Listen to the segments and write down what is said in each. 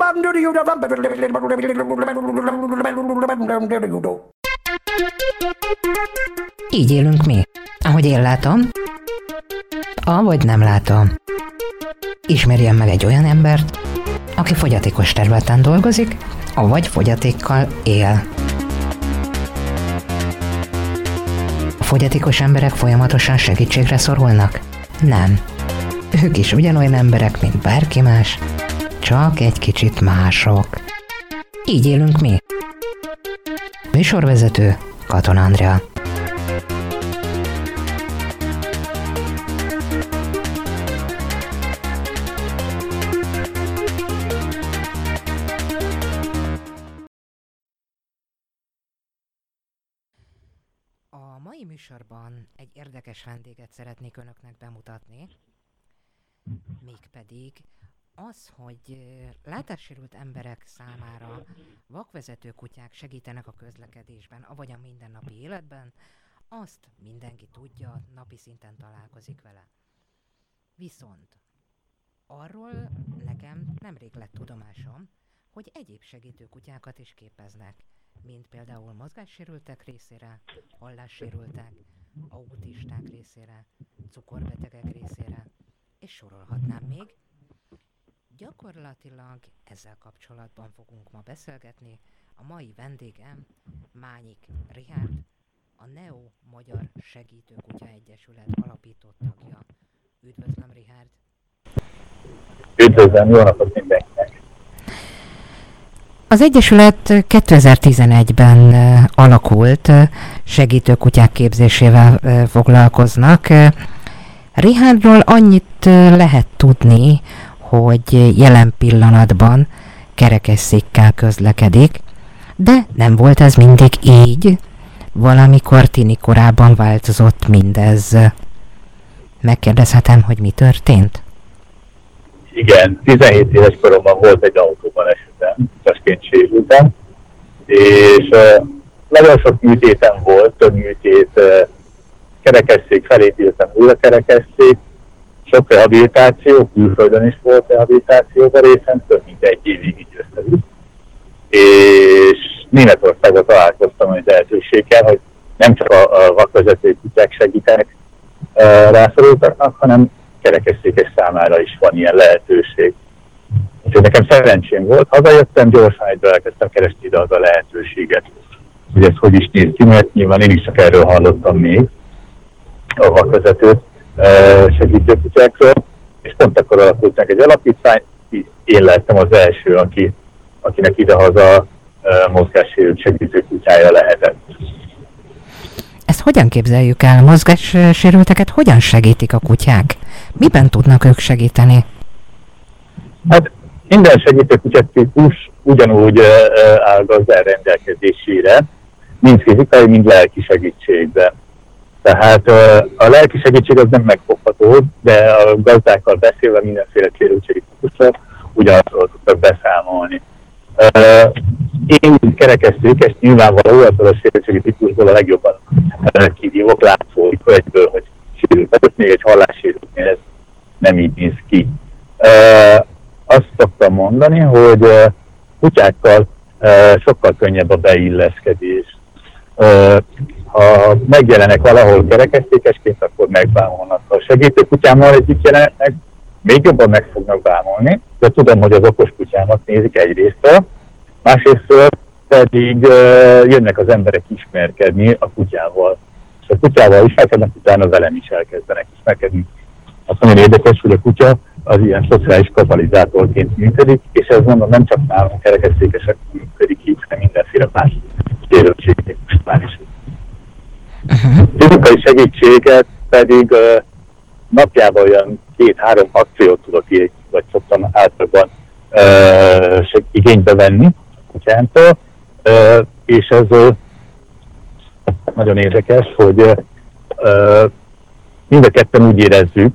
Így élünk mi, ahogy én látom, avagy nem látom. Ismerjem meg egy olyan embert, aki fogyatékos területen dolgozik, avagy fogyatékkal él. A fogyatékos emberek folyamatosan segítségre szorulnak? Nem. Ők is ugyanolyan emberek, mint bárki más, csak egy kicsit mások. Így élünk mi. Műsorvezető Katona Andrea. A mai műsorban egy érdekes vendéget szeretnék önöknek bemutatni, mégpedig az, hogy látássérült emberek számára vakvezető kutyák segítenek a közlekedésben, avagy a mindennapi életben, azt mindenki tudja, napi szinten találkozik vele. Viszont arról nekem nemrég lett tudomásom, hogy egyéb segítő kutyákat is képeznek, mint például mozgássérültek részére, hallássérültek, autisták részére, cukorbetegek részére, és sorolhatnám még. Gyakorlatilag ezzel kapcsolatban fogunk ma beszélgetni. A mai vendégem Mányik Richárd, a NEO Magyar Segítő Kutya Egyesület alapító tagja. Üdvözlöm, Richárd! Üdvözlöm, jó napot mindenkinek! Az Egyesület 2011-ben alakult, segítőkutyák képzésével foglalkoznak. Rihárdról annyit lehet tudni, hogy jelen pillanatban kerekesszékkel közlekedik, de nem volt ez mindig így, valamikor tini korában változott mindez. Megkérdezhetem, hogy mi történt? Igen, 17 éves koromban volt egy autóban esetem, utasként sérültem, és nagyon sok műtétem volt, több műtét, kerekesszék, felépültem újra kerekesszék, sok rehabilitáció, külföldön is volt rehabilitációban részem, több mint egy évig így összevitt. És Németországban találkoztam egy lehetőséggel, hogy nem csak a vakvezető kutyák segítenek rászorultaknak, hanem kerekesszékes számára is van ilyen lehetőség. Úgyhogy nekem szerencsém volt, hazajöttem, gyorsan egyből elkezdtem keresni ide az a lehetőséget, hogy ez hogy is néz ki, mert nyilván én is csak erről hallottam még, a vakvezető segítőkutyákról, és pont akkor alakult meg egy alapítvány, én lettem az első, akinek idehaza mozgássérült segítőkutyája lehetett. Ezt hogyan képzeljük el? Mozgássérülteket hogyan segítik a kutyák? Miben tudnak ők segíteni? Hát minden segítőkutya típus ugyanúgy áll gazda rendelkezésére, mind fizikai, mind lelki segítségben. Tehát a lelki segítség az nem megfogható, de a gazdákkal beszélve mindenféle sérültségi típusra ugyanazról tudtak beszámolni. Én kerekeztük, és nyilvánvaló, attól a sérültségi típusból a legjobban kivívok, látszódik egyből, hogy sérült. Tehát még egy hallássérültnél ez nem így néz ki. Azt szoktam mondani, hogy kutyákkal sokkal könnyebb a beilleszkedés. Ha megjelenek valahol kerekesszékesként, akkor megbámolnak. Ha segítőkutyámmal együtt jelennek, még jobban meg fognak bámolni, de tudom, hogy az okos kutyámat nézik egyrésztől, másrésztől pedig jönnek az emberek ismerkedni a kutyával. És a kutyával ismerkednek, utána velem is elkezdenek ismerkedni. Azt nagyon érdekes, hogy a kutya az ilyen szociális katalizátorként működik, és ez mondom, nem csak nálunk kerekesszékesek működik így, hanem mindenféle más sérültségtípusnál is. Fizikai segítséget pedig napjában olyan 2-3 akciót tudok így, vagy szoktam általában igénybe venni a kutyámtól, és ez nagyon érdekes, hogy mind a ketten úgy érezzük,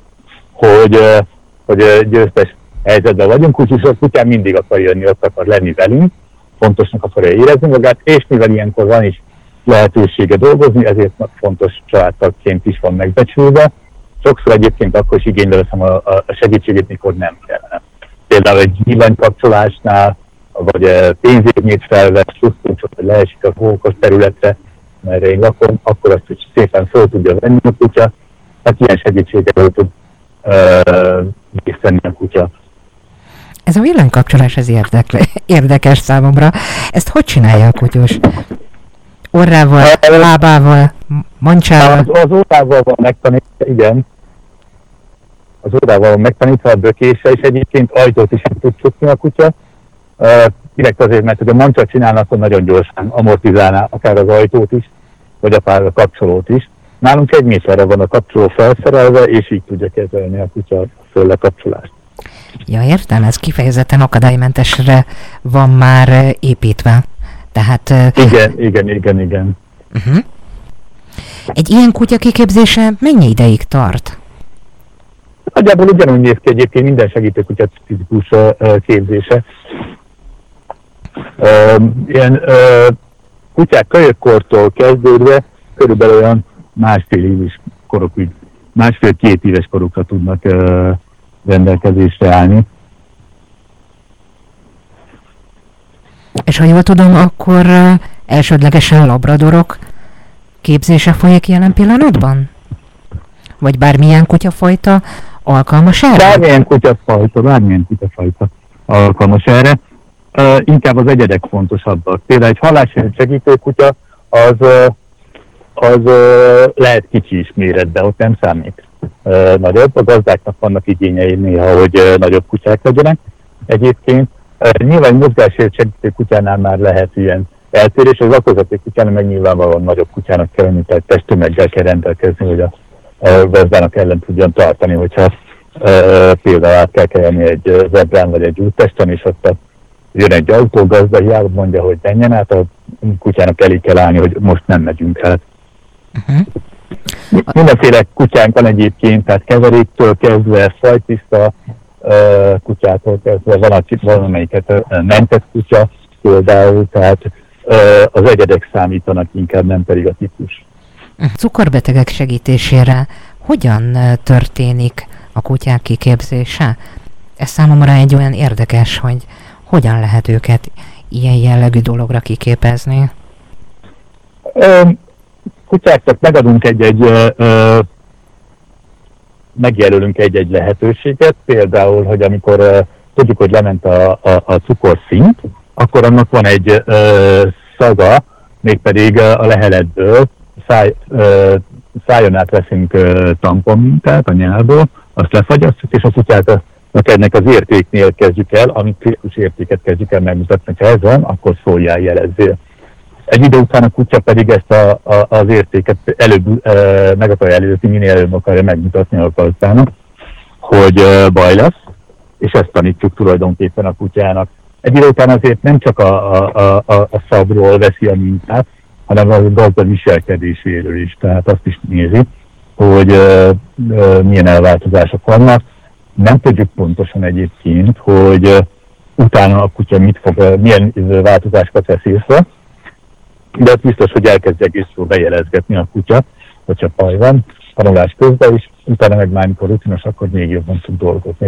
hogy győztes helyzetben vagyunk, úgyhogy a kutyám mindig akar jönni, ott akar lenni velünk, fontosnak akarja érezni magát, és mivel ilyenkor van is lehetősége dolgozni, ezért fontos családtagként is van megbecsülve. Sokszor egyébként akkor is igénybe veszem a segítségét, mikor nem kellene. Például egy villanykapcsolásnál, vagy pénzérnyét felvesz, susztuncsot, hogy leesik a hókos területre, merre én lakom, akkor azt hogy szépen föl tudja venni a kutya. Hát ilyen segítséggel tud részt venni a kutya. Ez a villanykapcsolás, ez érdekes számomra. Ezt hogy csinálja a kutyus? Orrával, lábával, mancsával? Az órával van megtanítva, igen. Az órával van megtanítva, a bökésre, és egyébként ajtót is tud csukni a kutya. Direkt azért, mert hogy a mancsat csinálnak, akkor nagyon gyorsan amortizálná akár az ajtót is, vagy akár a kapcsolót is. Nálunk 1 méterre van a kapcsoló felszerelve, és így tudja kezelni a kutya a föllekapcsolást. Ja, értem, ez kifejezetten akadálymentesre van már építve. Tehát... Igen. Uh-huh. Egy ilyen kutya kiképzése mennyi ideig tart? Nagyjából ugyanúgy néz ki egyébként minden segítőkutya tipikus képzése. Ilyen kutyák kölyökkortól kezdődve körülbelül olyan másfél-két éves korokra tudnak rendelkezésre állni. És ha jól tudom, akkor elsődlegesen labradorok képzése folyik jelen pillanatban? Vagy bármilyen kutyafajta alkalmas erre? Bármilyen kutyafajta alkalmas erre. Inkább az egyedek fontosabbak. Például egy hallássérült segítőkutya az lehet kicsi is méretben, ott nem számít nagyobb. A gazdáknak vannak igényei néha, hogy nagyobb kutyák legyenek. Egyébként nyilván mozgássérült segítőkutyánál már lehet ilyen eltérés, az alkozaték kutyánál meg nyilvánvalóan nagyobb kutyának kell lenni, tehát testtömeggel kell rendelkezni, hogy a gazdának ellen tudjon tartani, hogyha például át kell kelni egy zebrán vagy egy úttesten, és ott jön egy autógazda, hiába mondja, hogy menjen át, a kutyának elég kell állni, hogy most nem megyünk át. Uh-huh. Mindenféle kutyánk van egyébként, tehát keveréktől kezdve, fajtiszta kutyától kezdve, van amelyiket mentett kutya például, tehát az egyedek számítanak inkább, nem pedig a típus. Cukorbetegek segítésére hogyan történik a kutyák kiképzése? Ez számomra egy olyan érdekes, hogy hogyan lehet őket ilyen jellegű dologra kiképezni? Kutyáknak megadunk megjelölünk egy lehetőséget, például, hogy amikor tudjuk, hogy lement a cukorszint, akkor annak van egy szaga, mégpedig a leheletből, szájon át veszünk tamponmintát a nyálból, azt lefagyasztjuk, és a kutyáknak ennek az értéknél kezdjük el, amit kritikus értéket kezdjük el megmutatni, ha ez van, akkor szóljál, jelezzél. Egy idő után a kutya pedig ezt az értéket előbb meg akarja előzni, minél előbb akarja megmutatni a gazdának, hogy baj lesz, és ezt tanítjuk tulajdonképpen a kutyának. Egy idő után azért nem csak a szabról veszi a mintát, hanem a gazda viselkedéséről is, tehát azt is nézi, hogy milyen elváltozások vannak. Nem tudjuk pontosan egyébként, hogy utána a kutya milyen változásokat vesz észre, de az biztos, hogy elkezd egészről bejelezgetni a kutya, hogyha baj van, tanulás közben is, utána meg már, amikor rutinos, akkor még jobban tud dolgozni.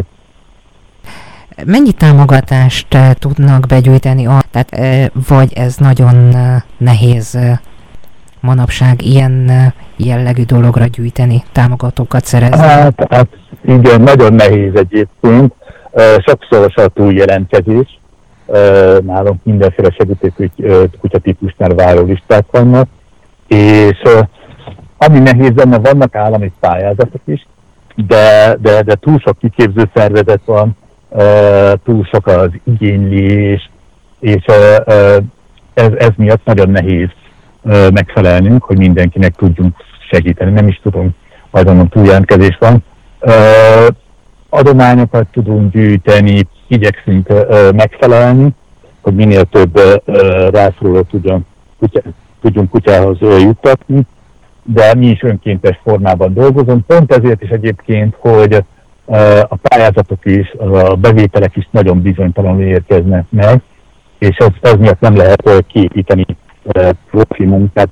Mennyi támogatást tudnak begyűjteni? Tehát vagy ez nagyon nehéz manapság ilyen jellegű dologra gyűjteni, támogatókat szerezni? Hát igen, nagyon nehéz egyébként. Sokszoros a túljelentkezés. Nálunk mindenféle segítőkutyatípusnál várólisták vannak, és ami nehéz lenne, vannak állami pályázatok is, de túl sok kiképző szervezet van, túl sok az igénylés, és ez miatt nagyon nehéz megfelelnünk, hogy mindenkinek tudjunk segíteni. Nem is tudunk, azonban túljelentkezés van. Adományokat tudunk gyűjteni, igyekszünk megfelelni, hogy minél több rászorulót tudjunk kutyához juttatni, de mi is önkéntes formában dolgozunk. Pont ezért is egyébként, hogy a pályázatok is, a bevételek is nagyon bizonytalanul érkeznek meg, és ez miatt nem lehet kiépíteni profi munkát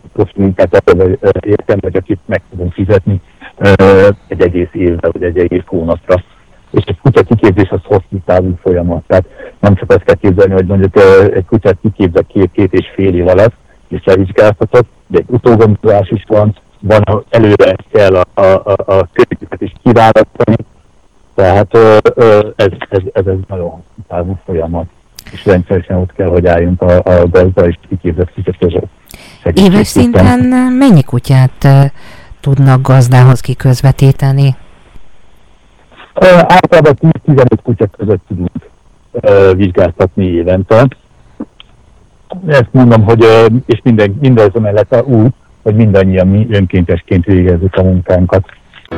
értem, hogy akit meg tudunk fizetni egy egész évre, vagy egy egész hónapra. és egy kutya kiképzés az hosszú távú folyamat. Tehát nem csak azt kell képzelni, hogy mondjuk egy kutyát kiképzel 2-2,5 év alatt, és levizsgáltatott, de egy utógondolás is van előre kell a környéket is kiválasztani, tehát ez nagyon hosszú távú folyamat, és rendszeresen ott kell, hogy álljunk a gazda és kiképzett kutya között. Éves szinten mennyi kutyát tudnak gazdához kiközvetíteni? Általában 10-15 kutya között tudunk vizsgáztatni évente. Ezt mondom, hogy és mindez mellett úgy, hogy mindannyian mi önkéntesként végezzük a munkánkat.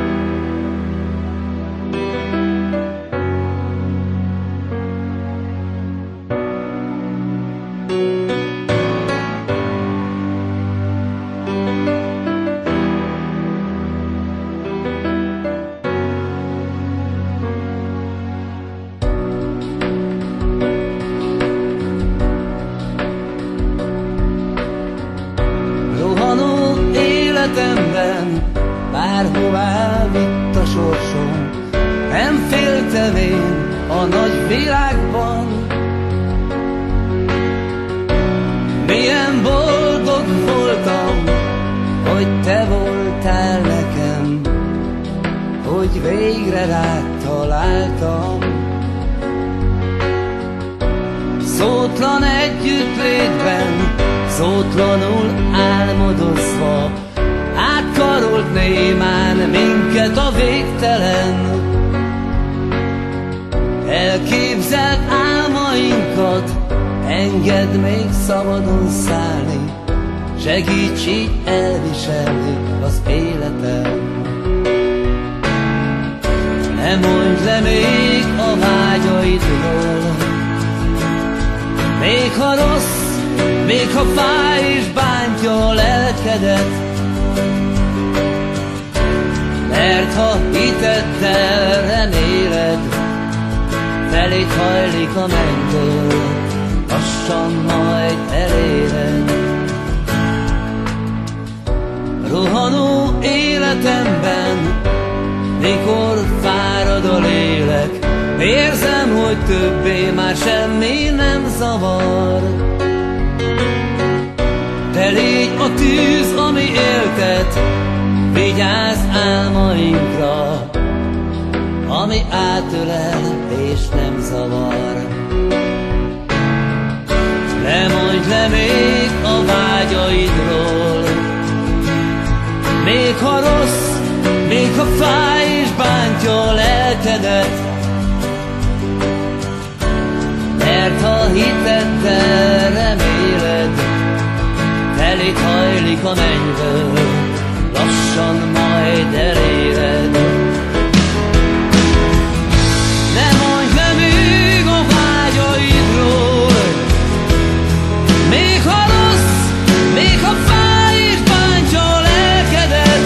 Bárhová vitt a sorsom, nem féltem én a nagy világban. Milyen boldog voltam, hogy te voltál nekem, hogy végre rád találtam. Szótlan együttlétben, szótlanul álmodozva, átkarolt némán minket a végtelen. Elképzelt álmainkat, engedd még szabadon szállni, segíts így elviselni az életem. Ne mondj le még a vágyaidról, még ha rossz, még ha fáj és bántja a lelkedet, mert ha hiteddel reméled, felét hajlik a mennyből, lassan majd eléred. Rohanó életemben, mikor fárad a lélek, érzem, hogy többé már semmi nem zavar. Te légy a tűz, ami éltet, vigyázz álmainkra, ami átölel és nem zavar. Ne mondj le még a vágyaidról, még ha rossz, még ha fáj és bántja a lelkedet, mert ha hiteddel reméled, felét hajlik a mennyből, lassan majd eléred. Ne mondj le még a vágyaidról, még ha rossz, még ha fáj és bántja a lelkedet,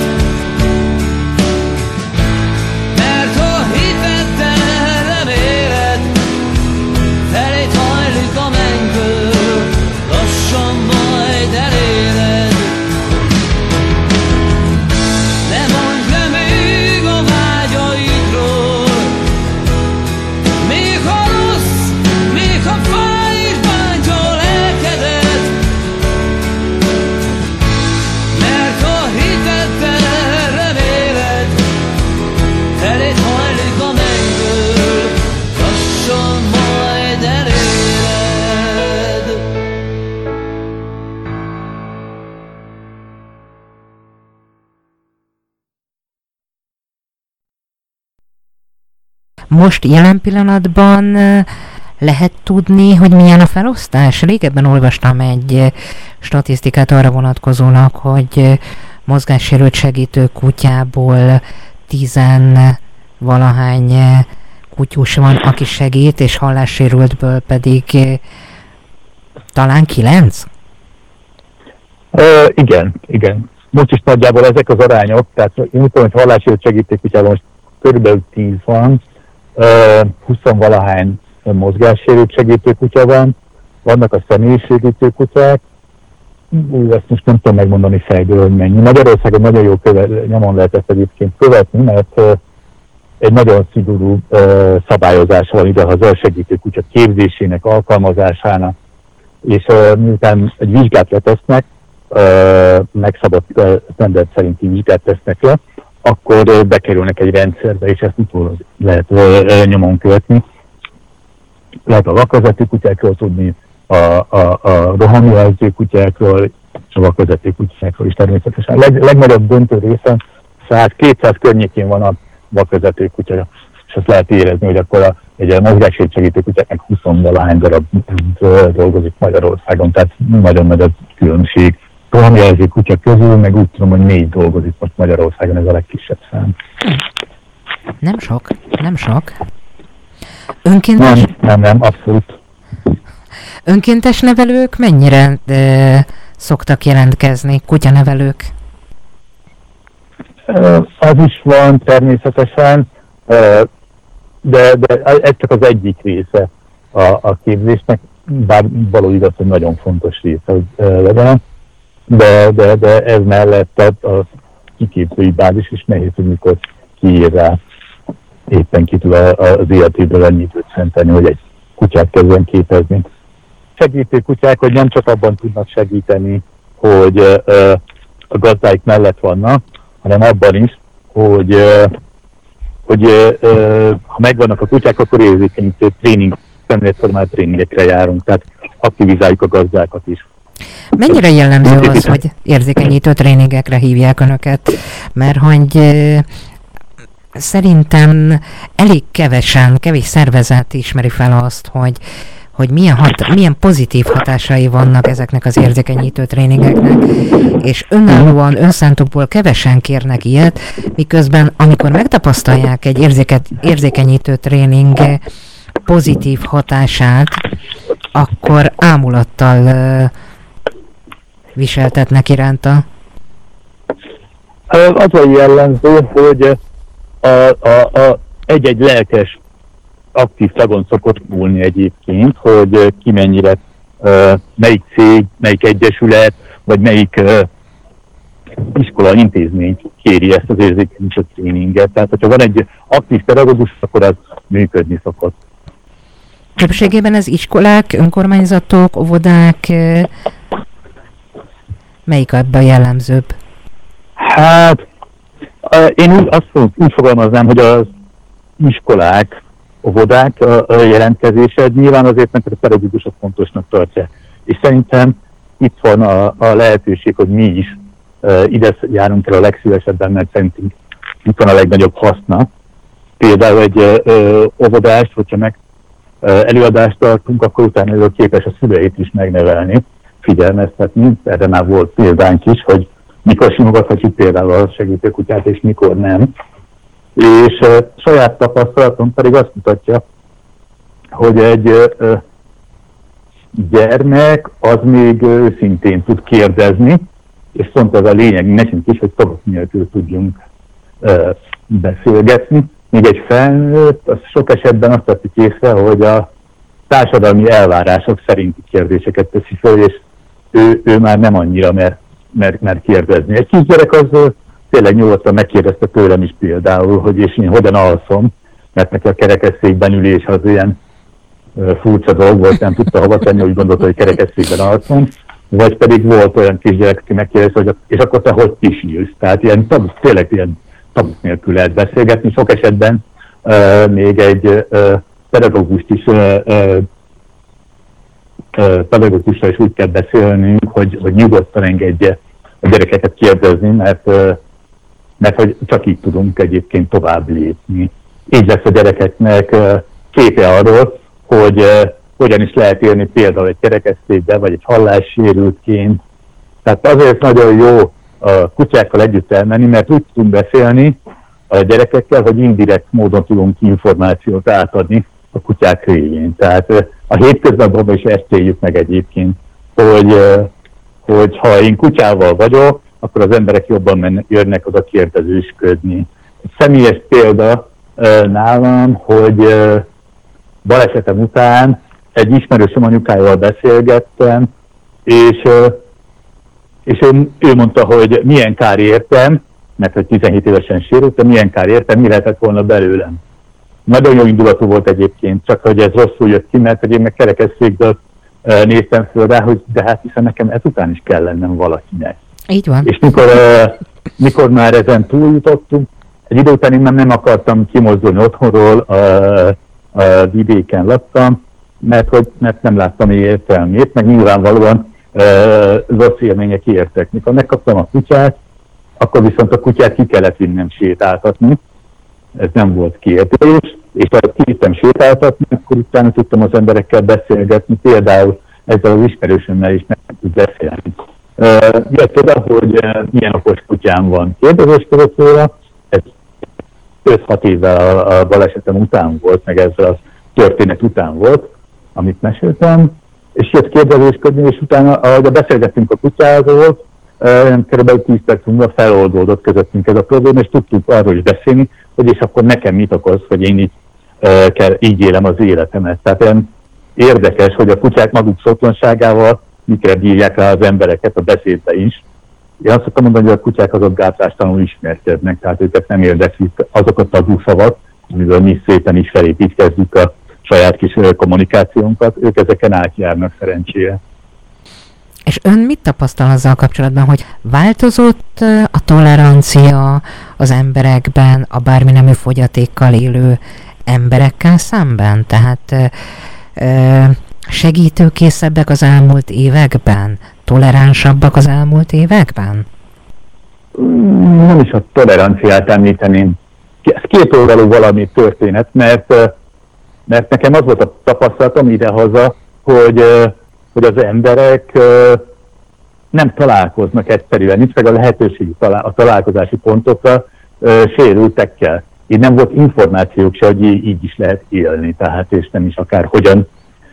mert ha hiteddel reméled, felét hajlik a mennyből, lassan majd eléred. Most jelen pillanatban lehet tudni, hogy milyen a felosztás? Régebben olvastam egy statisztikát arra vonatkozólag, hogy mozgássérült segítő kutyából 10-valahány kutyus van, aki segít, és hallássérültből pedig talán 9? Igen. Most is nagyjából ezek az arányok, tehát én úgy tudom, hogy hallássérült segítő kutyában most körülbelül 10 van, 20-valahány mozgássérült segítő kutya van, vannak a személyiségítő kutyák, ezt most nem tudom megmondani fejből, hogy mennyi. Magyarországon nagyon jó nyomon lehet ezt egyébként követni, mert egy nagyon szigorú szabályozása van idehaza a segítő kutya képzésének, alkalmazásának, és miután egy vizsgát letesznek, megszabott standard szerinti vizsgát tesznek le, akkor bekerülnek egy rendszerbe, és ezt utólag lehet nyomon követni. Lehet a vakvezető kutyákról tudni, a rohamjelző kutyákról, és a vakvezető kutyákról is természetesen. A legnagyobb döntő része 100-200 környékén van a vakvezető kutya, és azt lehet érezni, hogy akkor egy mozgássért segítő kutyáknak 20-valahány darab dolgozik Magyarországon, tehát nagyon nagy a különbség. Rohamjelző kutya közül, meg úgy tudom, hogy 4 dolgozik most Magyarországon, ez a legkisebb szám. Nem sok. Önkéntes? Nem, abszolút. Önkéntes nevelők mennyire szoktak jelentkezni, kutyanevelők? Az is van természetesen, de ez csak az egyik része a képzésnek, bár való igaz, hogy nagyon fontos része, hogy legyen, de ez mellett a kiképzői bázis is nehéz, hogy mikor kiír rá, éppen ki tud az életéből ennyi időt szentelni, hogy egy kutyát kezdjen képezni. Segítő kutyák, hogy nem csak abban tudnak segíteni, hogy a gazdáik mellett vannak, hanem abban is, hogy ha megvannak a kutyák, akkor érzékenyítő szemléletformált tréningekre járunk, tehát aktivizáljuk a gazdákat is. Mennyire jellemző az, hogy érzékenyítő tréningekre hívják önöket? Mert hogy szerintem elég kevés szervezet ismeri fel azt, hogy milyen pozitív hatásai vannak ezeknek az érzékenyítő tréningeknek, és önállóan, önszántukból kevesen kérnek ilyet, miközben amikor megtapasztalják egy érzékenyítő tréning pozitív hatását, akkor ámulattal viseltetnek iránta. Az a jellemző, hogy egy-egy lelkes aktív tagon szokott múlni egyébként, hogy ki mennyire, melyik cég, melyik egyesület, vagy melyik iskola, intézmény kéri ezt az érzékenyítő tréninget. Tehát, hogyha van egy aktív pedagógus, akkor az működni szokott. Többségében ez iskolák, önkormányzatok, óvodák, melyik ebben jellemzőbb? Hát, én úgy fogalmaznám, hogy az iskolák, óvodák a jelentkezése, nyilván azért, mert a pedagógusok fontosnak tartja. És szerintem itt van a lehetőség, hogy mi is ide járunk el a legszívesebben, mert szerintünk itt van a legnagyobb haszna. Például egy óvodást, hogyha meg előadást tartunk, akkor utána képes a szüleit is megnevelni, figyelmeztetni. Erre már volt példánk is, hogy mikor simogathatjuk például a segítőkutyát, és mikor nem. És saját tapasztalatom pedig azt mutatja, hogy egy gyermek az még őszintén tud kérdezni, és pont ez a lényeg nekünk is, hogy szavak nélkül tudjunk beszélgetni. Még egy felnőtt, az sok esetben azt veszik észre, hogy a társadalmi elvárások szerinti kérdéseket teszi fel, és ő már nem annyira mer kérdezni. Egy kisgyerek az tényleg nyugodtan megkérdezte tőlem is például, hogy és én hogyan alszom, mert neki a kerekesszékben ülés az ilyen furcsa dolog volt, nem tudta hova tenni, úgy gondolta, hogy kerekesszékben alszom. Vagy pedig volt olyan kisgyerek, aki megkérdezte, hogy és akkor te hogy pisilsz? Tehát tényleg ilyen tabuk nélkül lehet beszélgetni. Sok esetben még egy pedagógust is pedagógussal is úgy kell beszélnünk, hogy nyugodtan engedje a gyerekeket kérdezni, mert hogy csak így tudunk egyébként tovább lépni. Így lesz a gyerekeknek képe arról, hogy hogyan is lehet élni például egy kerekesszékben, vagy egy hallássérültként. Tehát azért nagyon jó a kutyákkal együtt elmenni, mert úgy tudunk beszélni a gyerekekkel, hogy indirekt módon tudunk információt átadni a kutyák révén. Tehát a hétköznapban is ezt éljük meg egyébként, hogy ha én kutyával vagyok, akkor az emberek jobban jönnek oda kérdezősködni. Egy személyes példa nálam, hogy balesetem után egy ismerősöm anyukájával beszélgettem, és ő mondta, hogy milyen kár értem, mert hogy 17 évesen sérültem, milyen kár értem, mi lehetett volna belőlem. Nagyon jó indulatú volt egyébként, csak hogy ez rosszul jött ki, mert hogy én meg kerekesszékből néztem föl rá, hogy de hát hiszen nekem ezután is kell lennem valakinek. Így van. És mikor már ezen túljutottunk, egy idő után én nem akartam kimozdulni otthonról, a vidéken laktam, mert nem láttam értelmét, meg nyilvánvalóan rossz élmények értek. Mikor megkaptam a kutyát, akkor viszont a kutyát ki kellett vinnem sétáltatni, ez nem volt kérdés, és ha kittem sétáltatni, akkor utána tudtam az emberekkel beszélgetni, például ezzel az ismerősömmel is meg tud beszélni. Jött oda, hogy milyen okos kutyám van. Kérdezősködött róla, ez 5-6 évvel a balesetem után volt, meg ezzel a történet után volt, amit meséltem, és jött kérdezősködni, és utána, ahogy beszélgettünk a kutyáról, kb. 10 perc múlva feloldódott közöttünk ez a probléma, és tudtuk arról is beszélni, hogy és akkor nekem mit okoz, hogy én így élem az életemet. Tehát olyan érdekes, hogy a kutyák maguk szótlanságával mikre bírják rá az embereket a beszédbe is. Én azt szoktam mondani, hogy a kutyák azok gátlástalanul ismerkednek, tehát őket nem érdekli azok a tabuszavak, amivel mi szépen is felépítkezzük a saját kis kommunikációnkat, ők ezeken átjárnak szerencsére. És ön mit tapasztal azzal kapcsolatban, hogy változott a tolerancia az emberekben, a bármi nemű fogyatékkal élő emberekkel szemben? Tehát segítőkészebbek az elmúlt években? Toleránsabbak az elmúlt években? Nem is a toleranciát említeném. Ez kétoldalú valami történet, mert nekem az volt a tapasztalatom idehaza, hogy az emberek nem találkoznak egyszerűen, nincs meg a lehetőség a találkozási pontokra sérültekkel. Így nem volt információk se, hogy így is lehet élni, tehát és nem is akárhogyan.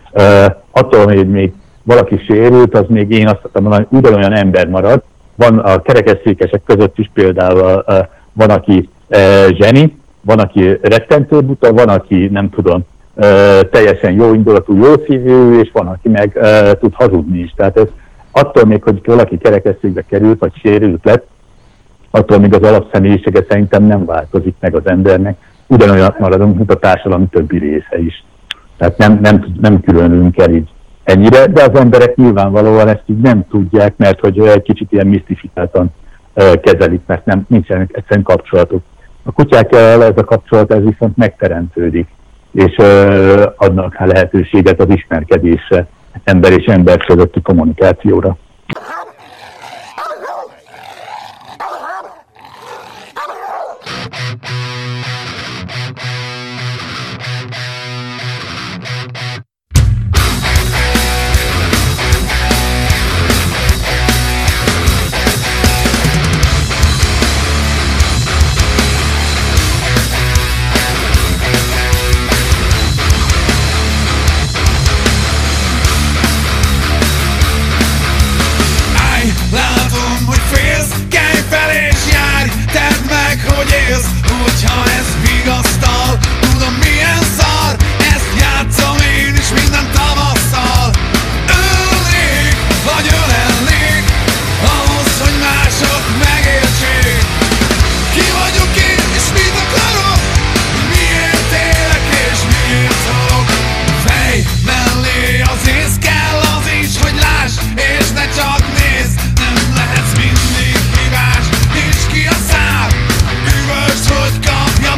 Attól, hogy még valaki sérült, az még én azt mondom, hogy ugyanolyan ember marad. Van a kerekesszékesek között is például van, aki zseni, van, aki rettentő buta, van, aki nem tudom, teljesen jó indulatú, jó szívű, és van, aki meg tud hazudni is. Tehát ez attól még, hogy valaki kerekesszékbe került, vagy sérült lett, attól még az alapszemélyisége szerintem nem változik meg az embernek. Ugyanolyan maradunk, mint a társadalom többi része is. Tehát nem különülünk el így ennyire, de az emberek nyilvánvalóan ezt így nem tudják, mert hogy egy kicsit ilyen misztifikáltan kezelik, mert nincsenek egyszerűen kapcsolatok. A kutyákkal ez a kapcsolat ez viszont megteremtődik, és adnak lehetőséget az ismerkedésre, ember és ember közötti kommunikációra. Kapja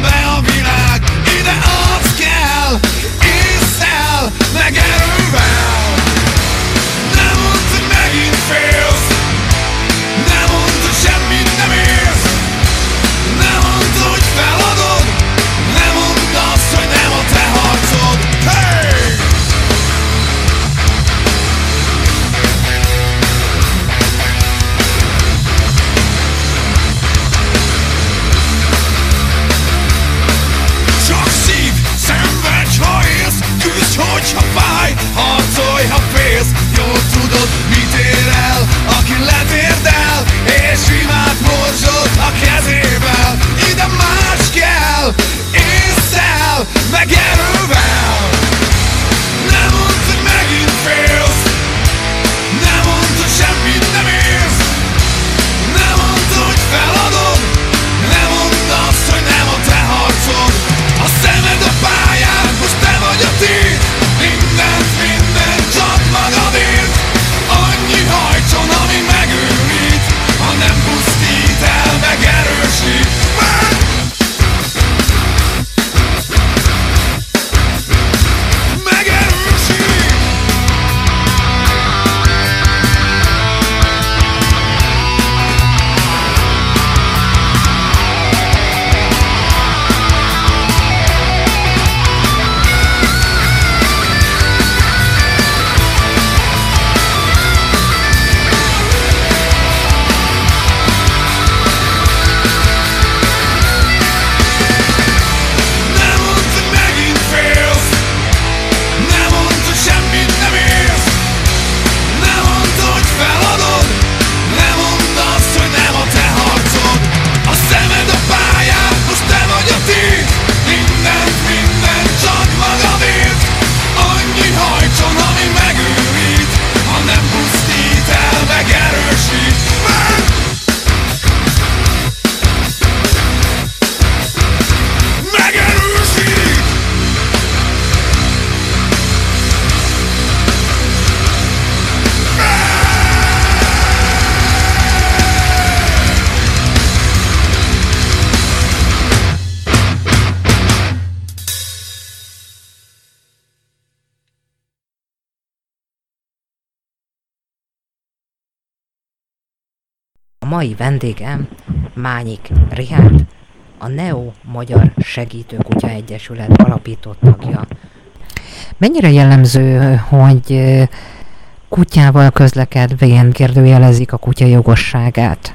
mai vendégem Mányik Richárd, a NEO Magyar Segítőkutya Egyesület alapító tagja. Mennyire jellemző, hogy kutyával közlekedvén kérdőjelezik a kutya jogosságát?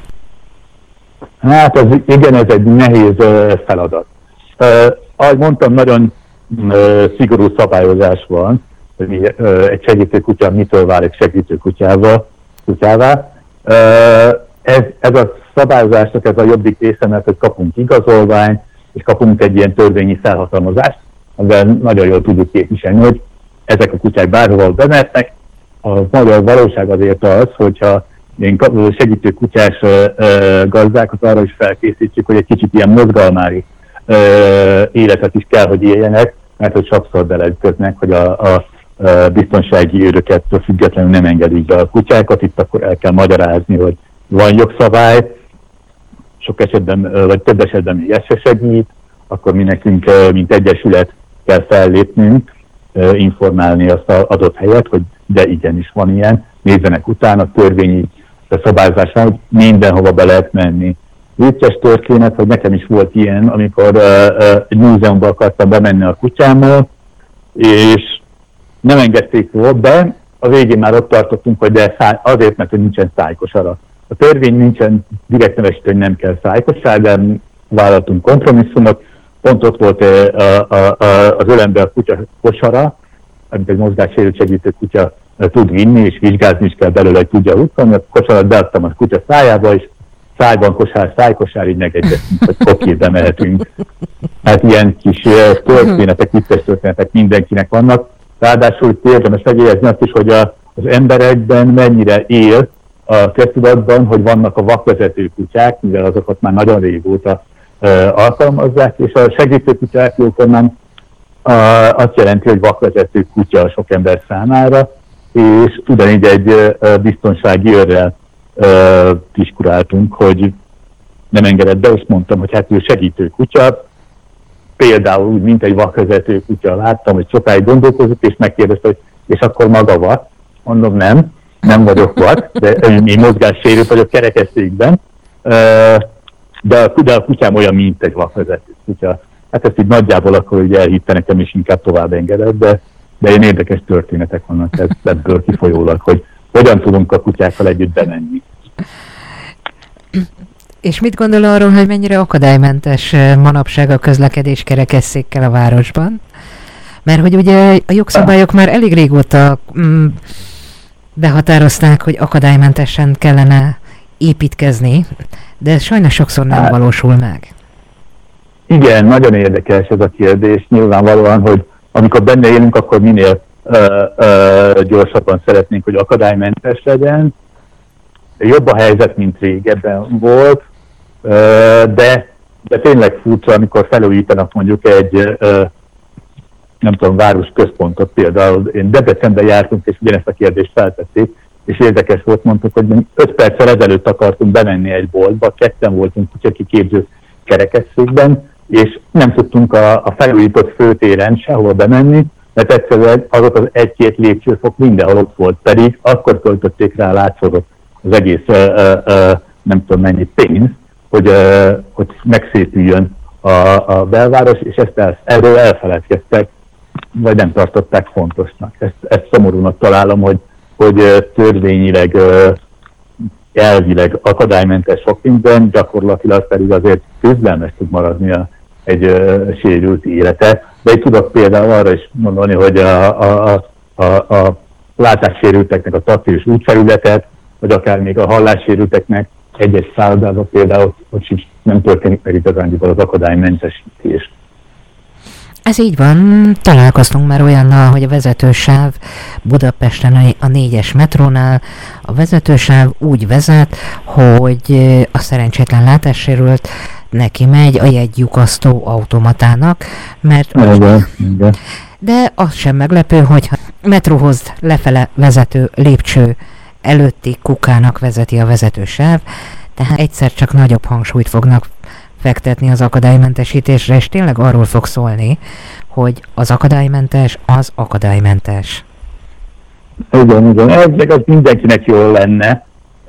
Hát igen, ez egy nehéz feladat. Ahogy mondtam, nagyon szigorú szabályozás van, hogy egy segítőkutya mitől válik segítőkutyává. Ez a szabályozásnak ez a jobbik része, mert hogy kapunk igazolványt, és kapunk egy ilyen törvényi felhatalmazást, amivel nagyon jól tudjuk képviselni, hogy ezek a kutyák bárhol bemehetnek. A magyar valóság azért az, hogyha én segítőkutyás gazdákat arra is felkészítjük, hogy egy kicsit ilyen mozgalmári életet is kell, hogy éljenek, mert hogy sokszor beleütköznek, hogy a biztonsági őröket függetlenül nem engedik be a kutyákat. Itt akkor el kell magyarázni, hogy van jogszabály, sok esetben, vagy több esetben még ez se segít, akkor mi nekünk, mint egyesület kell fellépnünk, informálni azt az adott helyet, hogy de igenis van ilyen, nézzenek utána, törvényi szabályozásra, hogy mindenhova be lehet menni. Vicces történet, hogy nekem is volt ilyen, amikor egy múzeumban akartam bemenni a kutyámmal, és nem engedték volna be, a végén már ott tartottunk, hogy de azért, mert nincsen szájkosara. A törvény nincsen direkt nevesítő, hogy nem kell szájkosár, de vállaltunk kompromisszumot, pont ott volt az ölemben a kutya kosara, amit egy mozgássérült segítő kutya tud vinni, és vizsgázni is kell belőle, hogy tudja útani. A kosarat beadtam a kutya szájába, és szájban kosár, szájkosár, így megegyeztünk, hogy oké, bemehetünk. Hát ilyen kis történetek, vicces történetek mindenkinek vannak. Ráadásul érdemes megjegyezni azt is, hogy az emberekben mennyire él a köztudatban, hogy vannak a vakvezető kutyák, mivel azokat már nagyon régóta alkalmazzák, és a segítőkutyák jóformán azt jelenti, hogy vakvezető kutya sok ember számára, és ugyanígy egy biztonsági őrrel diskuráltunk, hogy nem engedett be, és mondtam, hogy hát ő segítő kutya, például úgy, mint egy vakvezető kutya. Láttam, hogy sokáig gondolkozott, és megkérdezte, hogy és akkor maga vak? Mondom, nem vagyok vak, de én mozgássérült vagyok kerekesszékben, de a kutyám olyan, mint egy vakvezető kutya. Hát ezt így nagyjából akkor ugye elhitte nekem, és inkább tovább engedett, de ilyen érdekes történetek vannak ebből kifolyólag, hogy hogyan tudunk a kutyákkal együtt bemenni. És mit gondol arról, hogy mennyire akadálymentes manapság a közlekedés kerekesszékkel a városban? Mert hogy ugye a jogszabályok már elég régóta behatározták, hogy akadálymentesen kellene építkezni, de sajnos sokszor nem valósul meg. Igen, nagyon érdekes ez a kérdés. Nyilvánvalóan, hogy amikor benne élünk, akkor minél gyorsabban szeretnénk, hogy akadálymentes legyen. Jobb a helyzet, mint régebben volt, de tényleg furcsa, amikor felújítanak mondjuk egy, nem tudom, városközpontot például. Én Debrecenben jártunk, és ugyanezt a kérdést feltették, és érdekes volt, mondtuk, hogy 5 perccel ezelőtt akartunk bemenni egy boltba, ketten voltunk kutyakiképző kerekesszékben, és nem tudtunk a felújított főtéren sehol bemenni, mert egyszerűen azok az 1-2 lépcsőfok mindenhol ott volt, pedig akkor költötték rá látszott az egész nem tudom mennyi pénz, hogy megszépüljön a belváros, és erről elfeledkeztek, vagy nem tartották fontosnak. Ezt szomorúnak találom, hogy törvényileg, elvileg akadálymentes sok minden, gyakorlatilag pedig azért küzdelmes tud maradni egy sérült élete. De itt tudok például arra is mondani, hogy a látássérülteknek a tartós útfelületet, vagy akár még a hallássérülteknek egyes szállodában például, hogy nem történik meg igazándiból az akadálymentesítés. Ez így van, találkoztunk már olyannal, hogy a vezetősáv Budapesten a 4-es metrónál a vezetősáv úgy vezet, hogy a szerencsétlen látássérült neki megy a jegylyukasztó automatának, mert... Igen. De az sem meglepő, hogyha metróhoz lefele vezető lépcső előtti kukának vezeti a vezetősáv, tehát egyszer csak nagyobb hangsúlyt fognak fektetni az akadálymentesítésre, és tényleg arról fog szólni, hogy az akadálymentes az akadálymentes. Igen. Ez mindenkinek jól lenne,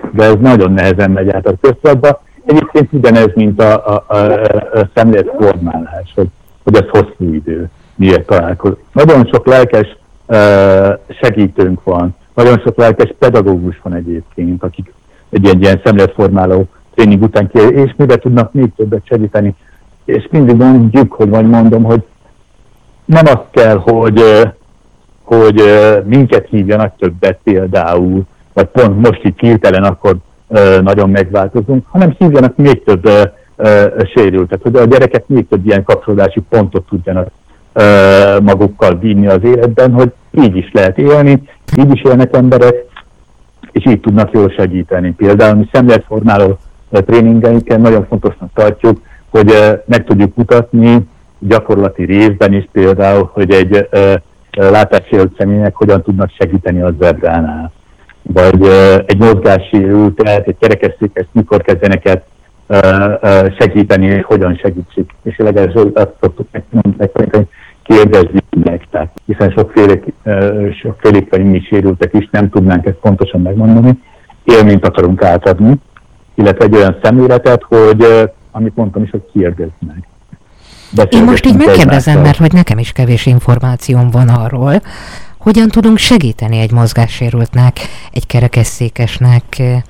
de ez nagyon nehezen megy át a köztudatba. Egyébként ugyanez, mint a szemléletformálás, hogy ez hosszú idő, miért találkozik. Nagyon sok lelkes segítőnk van, nagyon sok lelkes pedagógus van egyébként, akik egy ilyen szemléletformáló tréning után és miben tudnak még többet segíteni. És mindig mondjuk, hogy nem az kell, hogy minket hívjanak többet például, vagy pont most itt hirtelen akkor nagyon megváltozunk, hanem hívjanak még több sérültet, hogy a gyerekek még több ilyen kapcsolódási pontot tudjanak magukkal vinni az életben, hogy így is lehet élni, így is élnek emberek, és így tudnak jól segíteni. Például mi szemléletformáló tréningeinken nagyon fontosnak tartjuk, hogy meg tudjuk mutatni gyakorlati részben is például, hogy egy látássérült személynek hogyan tudnak segíteni az zebránál. Vagy egy mozgássérültet, egy kerekesszékes mikor kezdenek el segíteni, és hogyan segítsük. És legalábbis azt szoktuk megmondani, hogy kérdezzük meg. Tehát, hiszen sokfélék mi sérültek is, nem tudnánk ezt pontosan megmondani. Élményt akarunk átadni, illetve egy olyan szemléletet, hogy amit mondtam is, hogy kérdezz meg. Én most így megkérdezem, mert hogy nekem is kevés információm van arról, hogyan tudunk segíteni egy mozgássérültnek, egy kerekesszékesnek.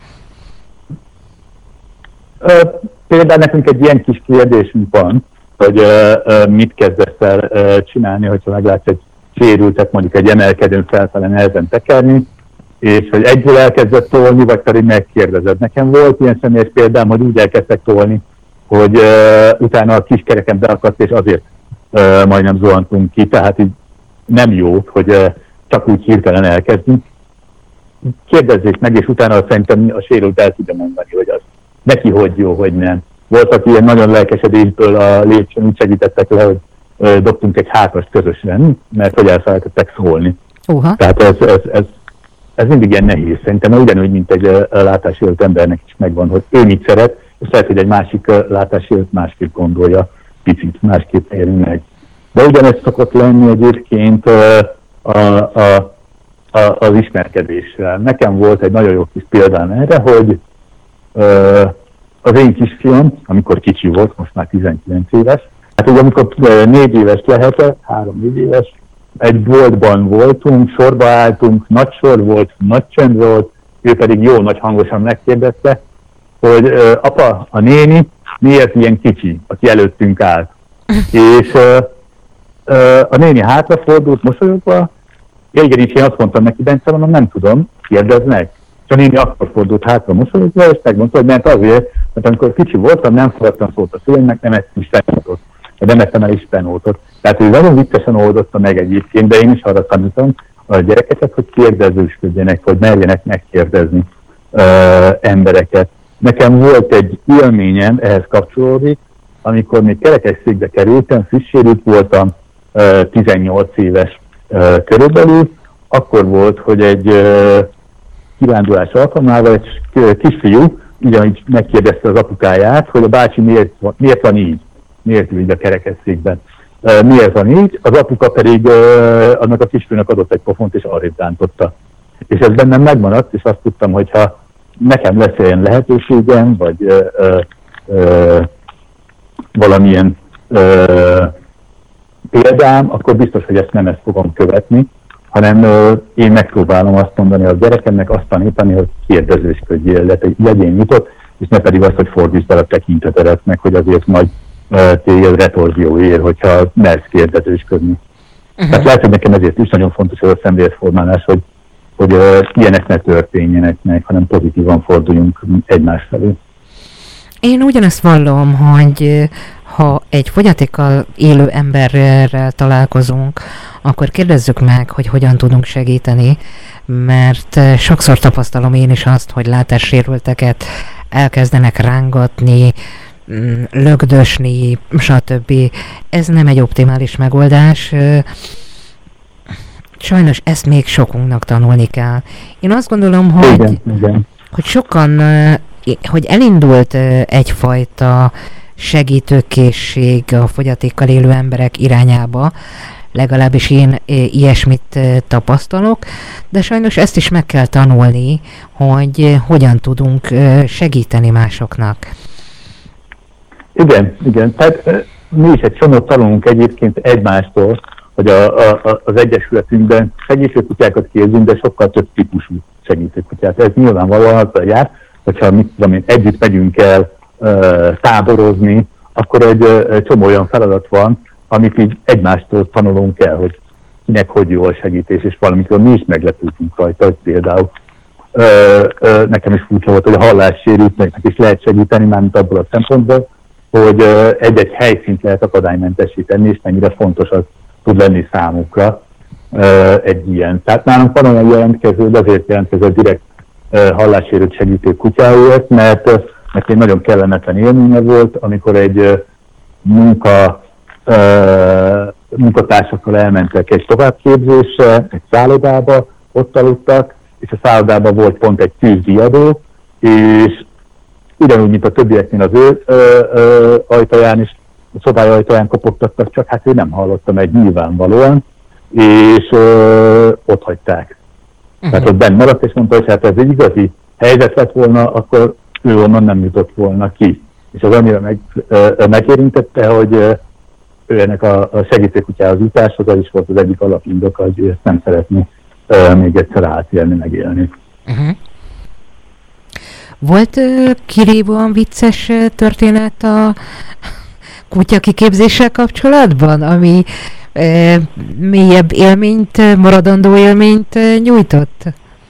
Például nekünk egy ilyen kis kérdésünk van, hogy mit kezdesz el csinálni, hogyha meglátsz egy sérültet, mondjuk egy emelkedőn felfele nehezen tekerni, és hogy egyből elkezdett tolni, vagy pedig megkérdezed. Nekem volt ilyen személyes példám, hogy úgy elkezdtek tolni, hogy utána a kis kereken beakadt, és azért majdnem zuhantunk ki, tehát így nem jó, hogy csak úgy hirtelen elkezdünk. Kérdezzék meg, és utána szerintem a sérült el tudja mondani, hogy az neki hogy jó, hogy nem. Voltak ilyen nagyon lelkesedésből a lépcsőn, úgy segítettek le, hogy dobtunk egy hátast közösen, mert hogy elfelejtettek szólni. Tehát ez mindig ilyen nehéz. Szerintem ugyanúgy, mint egy látássérült embernek is megvan, hogy ő mit szeret, és lehet, hogy egy másik látássérült másképp gondolja, picit másképp éri meg. De ugyanez szokott lenni egyébként az ismerkedéssel. Nekem volt egy nagyon jó kis példám erre, hogy az én kisfiam, amikor kicsi volt, most már 19 éves, hát ugye amikor 4 éves lehetett, 3-4 éves, egy boltban voltunk, sorba álltunk, nagy sor volt, nagy csönd volt, ő pedig jó nagy hangosan megkérdezte, hogy apa, a néni miért ilyen kicsi, aki előttünk állt. És a néni hátrafordult, mosolyogva, igen, én azt mondtam neki, Bence, mondom, nem tudom, kérdezd meg. És a néni akkor fordult hátra mosolyogva, és megmondta, hogy mert azért, mert amikor kicsi voltam, nem fogadtam szót a szüleimnek, nem ettem spenótot. Nem ettem el is spenótot. Tehát ő nagyon viccesen oldotta meg egyébként, de én is arra tanítom a gyerekeket, hogy kérdezősködjenek, hogy merjenek megkérdezni embereket. Nekem volt egy élményem, ehhez kapcsolódik, amikor még kerekesszékbe kerültem, füstsérült voltam, 18 éves körülbelül, akkor volt, hogy egy kirándulás alkalmával egy kisfiú ugyanígy megkérdezte az apukáját, hogy a bácsi miért van így, miért ül így a kerekesszékben, miért van így, az apuka pedig annak a kisfiúnak adott egy pofont, és arrébb rántotta. És ez bennem megmaradt, és azt tudtam, hogy ha nekem lesz ilyen lehetőségem, vagy valamilyen példám, akkor biztos, hogy ezt fogom követni, hanem én megpróbálom azt mondani a gyerekemnek, azt tanítani, hogy kérdezősködjél, legyél nyitott, és ne pedig azt, hogy fordítsd el a tekintetedet meg, hogy azért majd téged retorzió ér, hogyha mersz kérdezősködni. Tehát lehet, hogy nekem ezért is nagyon fontos az a szemléletformálás, hogy ilyenek ne történjenek meg, hanem pozitívan forduljunk egymás felé. Én ugyanezt vallom, hogy ha egy fogyatékkal élő emberrel találkozunk, akkor kérdezzük meg, hogy hogyan tudunk segíteni, mert sokszor tapasztalom én is azt, hogy látássérülteket elkezdenek rángatni, lögdösni, stb. Ez nem egy optimális megoldás. Sajnos ezt még sokunknak tanulni kell. Én azt gondolom, hogy sokan, hogy elindult egyfajta segítőkészség a fogyatékkal élő emberek irányába, legalábbis én ilyesmit tapasztalok, de sajnos ezt is meg kell tanulni, hogy hogyan tudunk segíteni másoknak. Igen. Tehát mi is egy csomót tanulunk egyébként egymástól, hogy az Egyesületünkben segítőkutyákat képzünk, de sokkal több típusú segítőkutyát. Ez nyilvánvalóan azzal jár, hogyha együtt megyünk el táborozni, akkor egy csomó olyan feladat van, amit így egymástól tanulunk el, hogy kinek hogy jó a segítés, és valamikor mi is meglepődünk rajta, hogy például nekem is furcsa volt, hogy a hallássérültnek is lehet segíteni, mármint abból a szempontból, hogy egy-egy helyszínt lehet akadálymentesíteni, és mennyire fontos az tud lenni számukra egy ilyen. Tehát nálunk van olyan jelentkező, de azért jelentkező direkt hallássérült segítő kutyáért, mert egy nagyon kellemetlen élménye volt, amikor egy munkatársakkal elmentek egy továbbképzésre, egy szállodába, ott aludtak, és a szállodában volt pont egy tűzdiadó, és ugyanúgy, mint a többieknél az ő ajtaján is, a szobája ajtaján kopogtattak, csak hát ő nem hallotta meg nyilvánvalóan, és ott hagyták. Tehát ott benn maradt, és mondta, hogy hát ez egy igazi helyzet lett volna, akkor ő onnan nem jutott volna ki. És az annyira megérintette, hogy ő ennek a segítőkutyához jutáshoz, az is volt az egyik alapindoka, hogy ő ezt nem szeretné még egyszer átélni, megélni. Volt kirívóan vicces történet a kutya kiképzéssel kapcsolatban, ami mélyebb élményt, maradandó élményt nyújtott?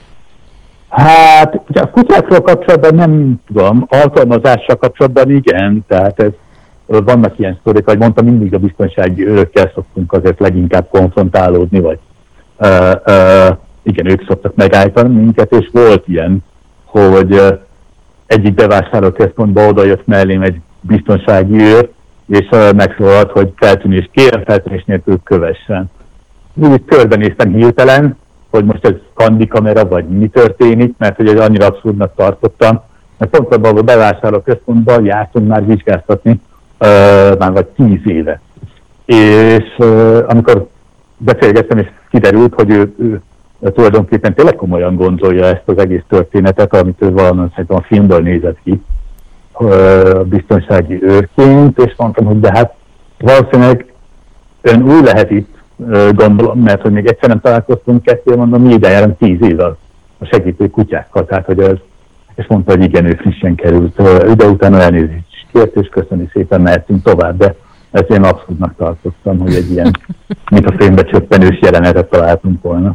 Hát, ugye a kutyákról kapcsolatban nem tudom, alkalmazással kapcsolatban igen, tehát vannak ilyen sztorik, ahogy mondtam, mindig a biztonsági őrökkel szoktunk azért leginkább konfrontálódni, vagy igen, ők szoktak megállítani minket, és volt ilyen, hogy egyik bevásárlóközpontba oda jött mellém egy biztonsági őr, és megszólalt, hogy feltűnés, kérem feltűnés nélkül kövessen. Úgy körbenéztem hirtelen, hogy most ez kandikamera, vagy mi történik, mert hogy ez annyira abszurdnak tartottam, mert pont abban a bevásárlóközpontban jártunk már vizsgáztatni, már vagy 10 éve. És amikor beszélgettem, és kiderült, hogy ő tulajdonképpen tényleg komolyan gondolja ezt az egész történetet, amit ő valamilyen szerintem a filmből nézett ki biztonsági őrként, és mondtam, hogy de hát valószínűleg ön új lehet itt, gondolom, mert hogy még egyszer nem találkoztunk kettő, mondom, mi ide járunk 10 éve a segítő kutyákkal, tehát hogy ez, és mondta, hogy igen, ő frissen került ide, utána elnézést is kért, és köszöni szépen, mehetünk tovább, de ezt én abszurdnak tartottam, hogy egy ilyen, mint a filmbe csöppenős jelenetet találtunk volna.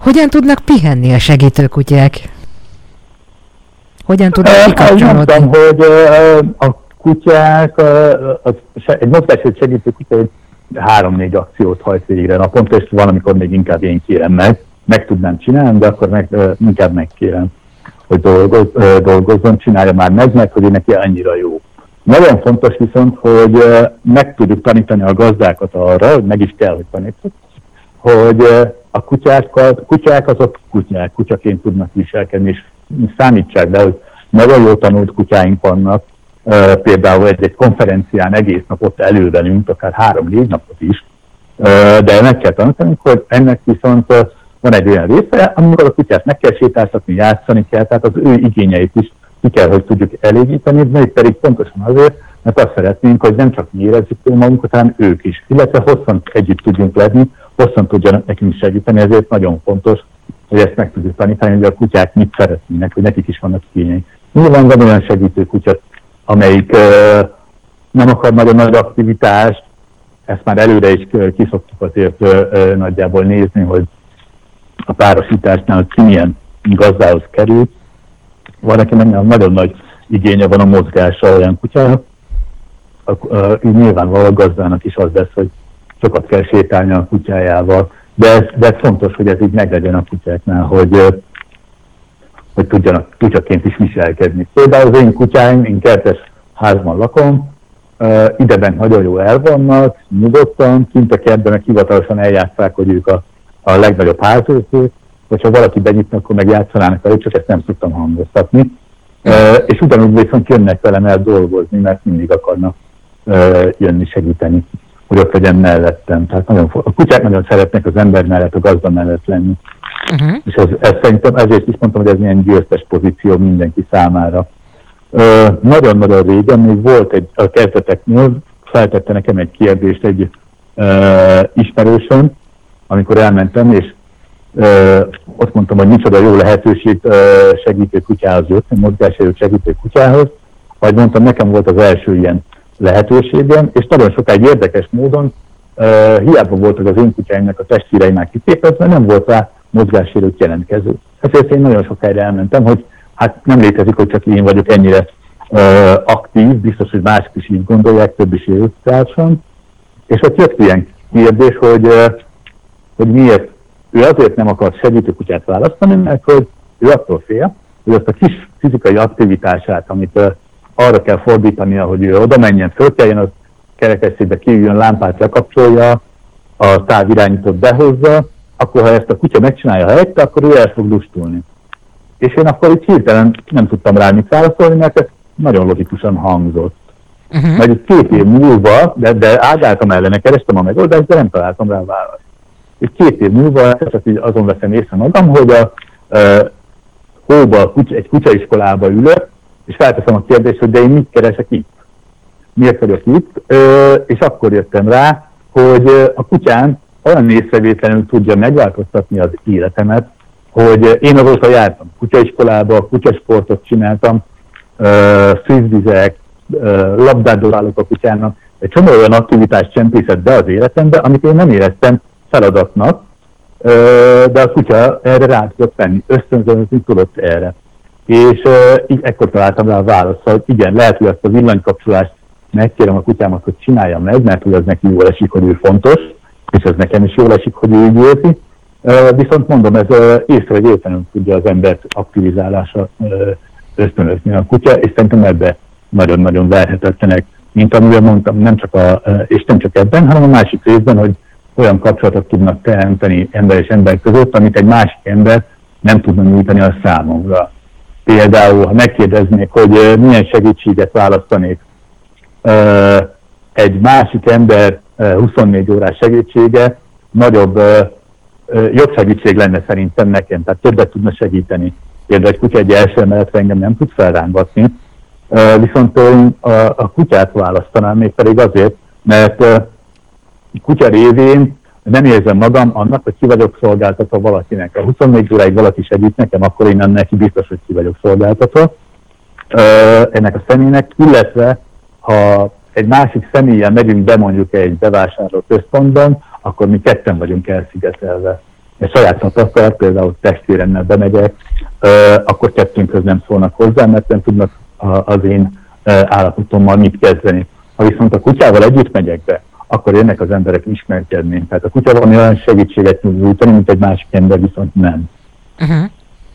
Hogyan tudnak pihenni a segítőkutyák? Hogyan tudnak kikapcsolódni? Mondtam, hogy a kutyák, egy mozgásért segítő kutya 3-4 akciót hajt végre naponta, és van, amikor még inkább én kérem meg tudnám csinálni, de akkor inkább megkérem, hogy dolgozzon, csinálja már meg, mert hogy neki annyira jó. Nagyon fontos viszont, hogy meg tudjuk tanítani a gazdákat arra, hogy meg is kell, hogy tanítsuk, hogy a kutyák azok kutyaként tudnak viselkedni, és számítsák be, hogy nagyon jól tanult kutyáink vannak, például egy konferencián egész nap ott elővelünk, akár 3-4 napot is, de meg kell tanítani, hogy ennek viszont van egy olyan része, amikor a kutyát meg kell sétáltatni, játszani kell, tehát az ő igényeit is ki kell, hogy tudjuk elégíteni, de pedig pontosan azért, mert azt szeretnénk, hogy nem csak mi érezzük jól magunkat, hanem ők is, illetve hosszan együtt tudjunk lenni, hosszan tudjanak nekünk segíteni, ezért nagyon fontos, hogy ezt meg tudjuk tanítani, hogy a kutyák mit szeretnének, hogy nekik is vannak igényei. Nyilván van olyan segítő kutya, amelyik nem akar nagyon nagy aktivitást, ezt már előre is kiszoktuk azért nagyjából nézni, hogy a párosításnál ki milyen gazdához kerül. Van, akinek nagyon nagy igénye van a mozgásra olyan kutyának, nyilvánvalóan a gazdának is az lesz, hogy sokat kell sétálni a kutyájával, de ez fontos, hogy ez így meglegyen a kutyáknál, hogy tudjanak kutyaként is viselkedni. Például az én kutyáim, én kertes házban lakom, ideben nagyon jól el vannak, nyugodtan, kint a kertben meg hivatalosan eljátszák, hogy ők a legnagyobb házőrzők, hogyha valaki benyitna, akkor meg játszanának velük, csak ezt nem szoktam hangoztatni. És ugyanúgy viszont jönnek velem el dolgozni, mert mindig akarnak jönni, segíteni, hogy ott legyen mellettem. Tehát a kutyák nagyon szeretnek az ember mellett, a gazda mellett lenni. És ez szerintem ezért is mondtam, hogy ez milyen győztes pozíció mindenki számára. Nagyon-nagyon régen még volt a kezdeteknél, feltette nekem egy kérdést egy ismerősöm, amikor elmentem, és ott mondtam, hogy micsoda jó lehetőség segítő kutyához jött, mozgássérült segítő kutyához, vagy mondtam, nekem volt az első ilyen lehetőségem, és nagyon sokáig érdekes módon hiába voltak az én kutyáimnak a testhírei már kitépezve, nem volt rá mozgássérült jelentkező. Ezért én nagyon sokáig elmentem, hogy hát nem létezik, hogy csak én vagyok ennyire aktív, biztos, hogy mások is így gondolják, több is élőtársam. És ott jött ilyen kérdés, hogy miért ő azért nem akart segítő kutyát választani, mert hogy ő attól fél, hogy azt a kis fizikai aktivitását, amit arra kell fordítania, hogy ő oda menjen, fölkeljen, az kerekesszékbe kiüljön, lámpát lekapcsolja, a távirányítót behozza, akkor ha ezt a kutya megcsinálja helyette, akkor ő el fog lustulni. És én akkor így hirtelen nem tudtam rá mit válaszolni, mert ez nagyon logikusan hangzott. Majd 2 év múlva, de ágáltam ellene, kerestem a megoldást, de nem találtam rá választ. És 2 év múlva csak így azon veszem észre magam, hogy a hóba, egy kutyaiskolába ülök, és felteszem a kérdést, hogy de én mit keresek itt? Miért vagyok itt? És akkor jöttem rá, hogy a kutyám olyan észrevétlenül tudja megváltoztatni az életemet, hogy én azóta jártam kutyaiskolába, kutyasportot csináltam, fűzvizek, labdát dobálok a kutyának, egy csomó olyan aktivitást csempészett be az életembe, amit én nem éreztem feladatnak, de a kutya erre rá tudott venni, ösztönzőzni tudott erre. És így ekkor találtam rá a választ, hogy igen, lehet, hogy azt a villanykapcsolást megkérem a kutyámat, hogy csinálja meg, mert hogy az neki jól esik, hogy ő fontos, és ez nekem is jól esik, hogy ő így érzi. Viszont mondom, ez észrevétlenül tudja az embert aktivizálásra ösztönözni a kutya, és szerintem ebbe nagyon-nagyon verhetetlenek, mint amivel mondtam, és nem csak ebben, hanem a másik részben, hogy olyan kapcsolatot tudnak teremteni ember és ember között, amit egy másik ember nem tudna nyújtani a számomra. Például, ha megkérdeznék, hogy milyen segítséget választanék egy másik ember 24 órás segítsége, jobb segítség lenne szerintem nekem, tehát többet tudna segíteni. Például egy kutya egy első emeletre engem nem tud felrángatni, viszont a kutyát választanám még pedig azért, mert kutya révén nem érzem magam annak, hogy ki vagyok szolgáltatva valakinek. Ha 24 óráig valaki segít nekem, akkor innen neki biztos, hogy ki vagyok szolgáltatva ennek a személynek, illetve ha egy másik személyen megyünk be mondjuk egy bevásárló központban, akkor mi ketten vagyunk elszigetelve. egy saját tapasztalat, például testvéremmel bemegyek, akkor kettőnkhöz nem szólnak hozzá, mert nem tudnak az én állapotommal mit kezdeni. Ha viszont a kutyával együtt megyek be, akkor jönnek az emberek ismerkedni. Tehát a kutya valami olyan segítséget tud nyújtani, mint egy másik ember, viszont nem. Uh-huh.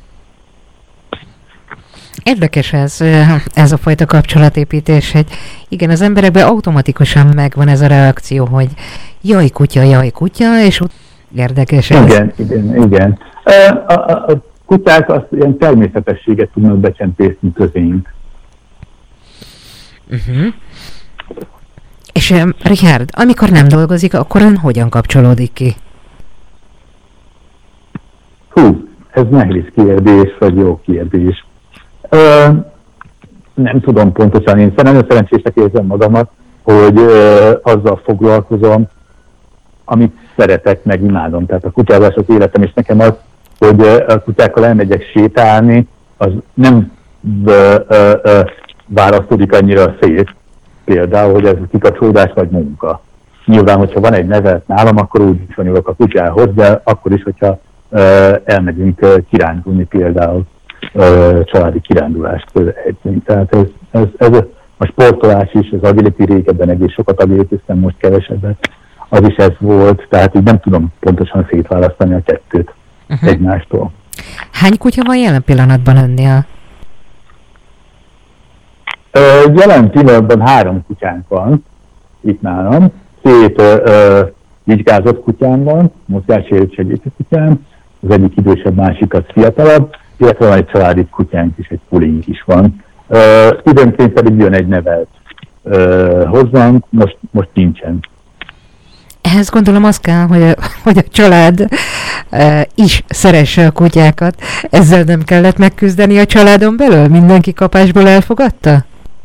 Érdekes ez a fajta kapcsolatépítés, hogy igen, az emberekben automatikusan megvan ez a reakció, hogy jaj kutya, és érdekes ez. Igen. A kutyák azt ilyen természetességet tudnak becsempészni közénk. Uh-huh. És Richard, amikor nem dolgozik, akkor ön hogyan kapcsolódik ki? Ez nehéz kérdés, vagy jó kérdés. Nem tudom pontosan, én nagyon szerencsésnek érzem magamat, hogy azzal foglalkozom, amit szeretek, meg imádom. Tehát a kutyázás az életem, és nekem az, hogy a kutyákkal elmegyek sétálni, az nem választódik annyira szét, például, hogy ez kikapcsolódás vagy munka. Nyilván, hogyha van egy nevelt nálam, akkor úgy viszonyulok a kutyához, de akkor is, hogyha elmegyünk kirándulni például, családi kirándulást edzünk. Tehát ez a sportolás is, az agility régebben egész sokat agilitiztem, most kevesebbet, az is ez volt, tehát így nem tudom pontosan szétválasztani a kettőt egymástól. Hány kutya van jelen pillanatban önnél? Jelen pillanatban 3 kutyánk van itt nálam, 2 vizsgázott kutyám van, mozgássérült segítő kutyám, az egyik idősebb, másik az fiatalabb, illetve van egy családi kutyánk is, egy pulink is van. Időnként pedig jön egy nevelt hozzánk, most nincsen. Ehhez gondolom az kell, hogy a család is szeresse a kutyákat. Ezzel nem kellett megküzdeni a családon belül? Mindenki kapásból elfogadta?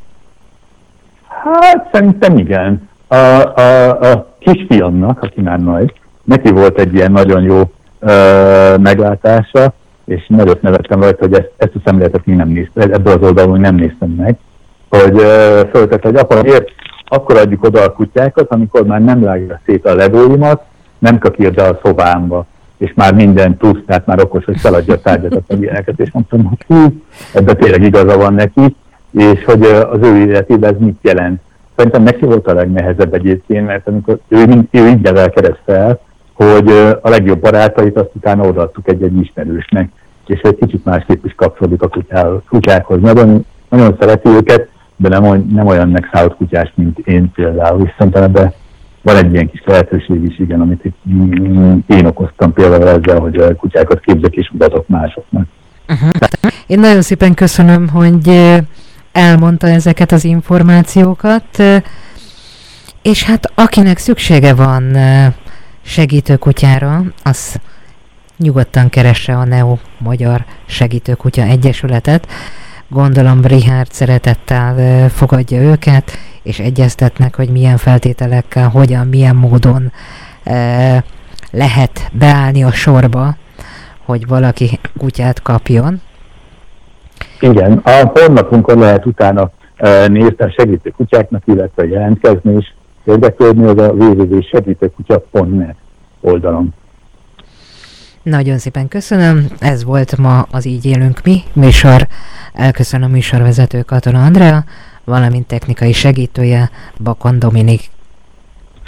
Hát szerintem igen. A kisfiamnak, aki már nagy, neki volt egy ilyen nagyon jó meglátása, és nagyot nevettem rajta, hogy ezt a szemléletet még nem néztem, ebből az oldalon nem néztem meg, hogy föltett, hogy apa, miért akkor adjuk oda a kutyákat, amikor már nem vágja szét a legóimat, nem kakírd el a szobámba, és már minden plusz, tehát már okos, hogy feladja a tárgyakat, meg ilyeneket, és mondtam, hogy ebben tényleg igaza van neki, és hogy az ő életében ez mit jelent. Szerintem neki volt a legnehezebb egyébként, mert amikor ő így nevelkedett fel, hogy a legjobb barátait azt utána odaadtuk egy ismerősnek, és egy kicsit másképp is kapcsolódik a kutyákhoz. Nagyon, nagyon szereti őket, de nem olyan megszállott kutyás, mint én például. Viszont ebben van egy ilyen kis lehetőség is, igen, amit én okoztam például ezzel, hogy kutyákat képzek és mutatok másoknak. Én nagyon szépen köszönöm, hogy elmondta ezeket az információkat, és hát akinek szüksége van segítőkutyára, az nyugodtan keresse a NEO Magyar Segítőkutya Egyesületet. Gondolom Richard szeretettel fogadja őket, és egyeztetnek, hogy milyen feltételekkel, hogyan, milyen módon lehet beállni a sorba, hogy valaki kutyát kapjon. Igen, a honlapunkon lehet utána nézni a segítőkutyáknak, illetve jelentkezni és érdeklődni, az a www.segítőkutya.net oldalon. Nagyon szépen köszönöm, ez volt ma az Így élünk mi műsor. Elköszönöm a műsorvezető Katona Andrea, valamint technikai segítője Bakon Dominik.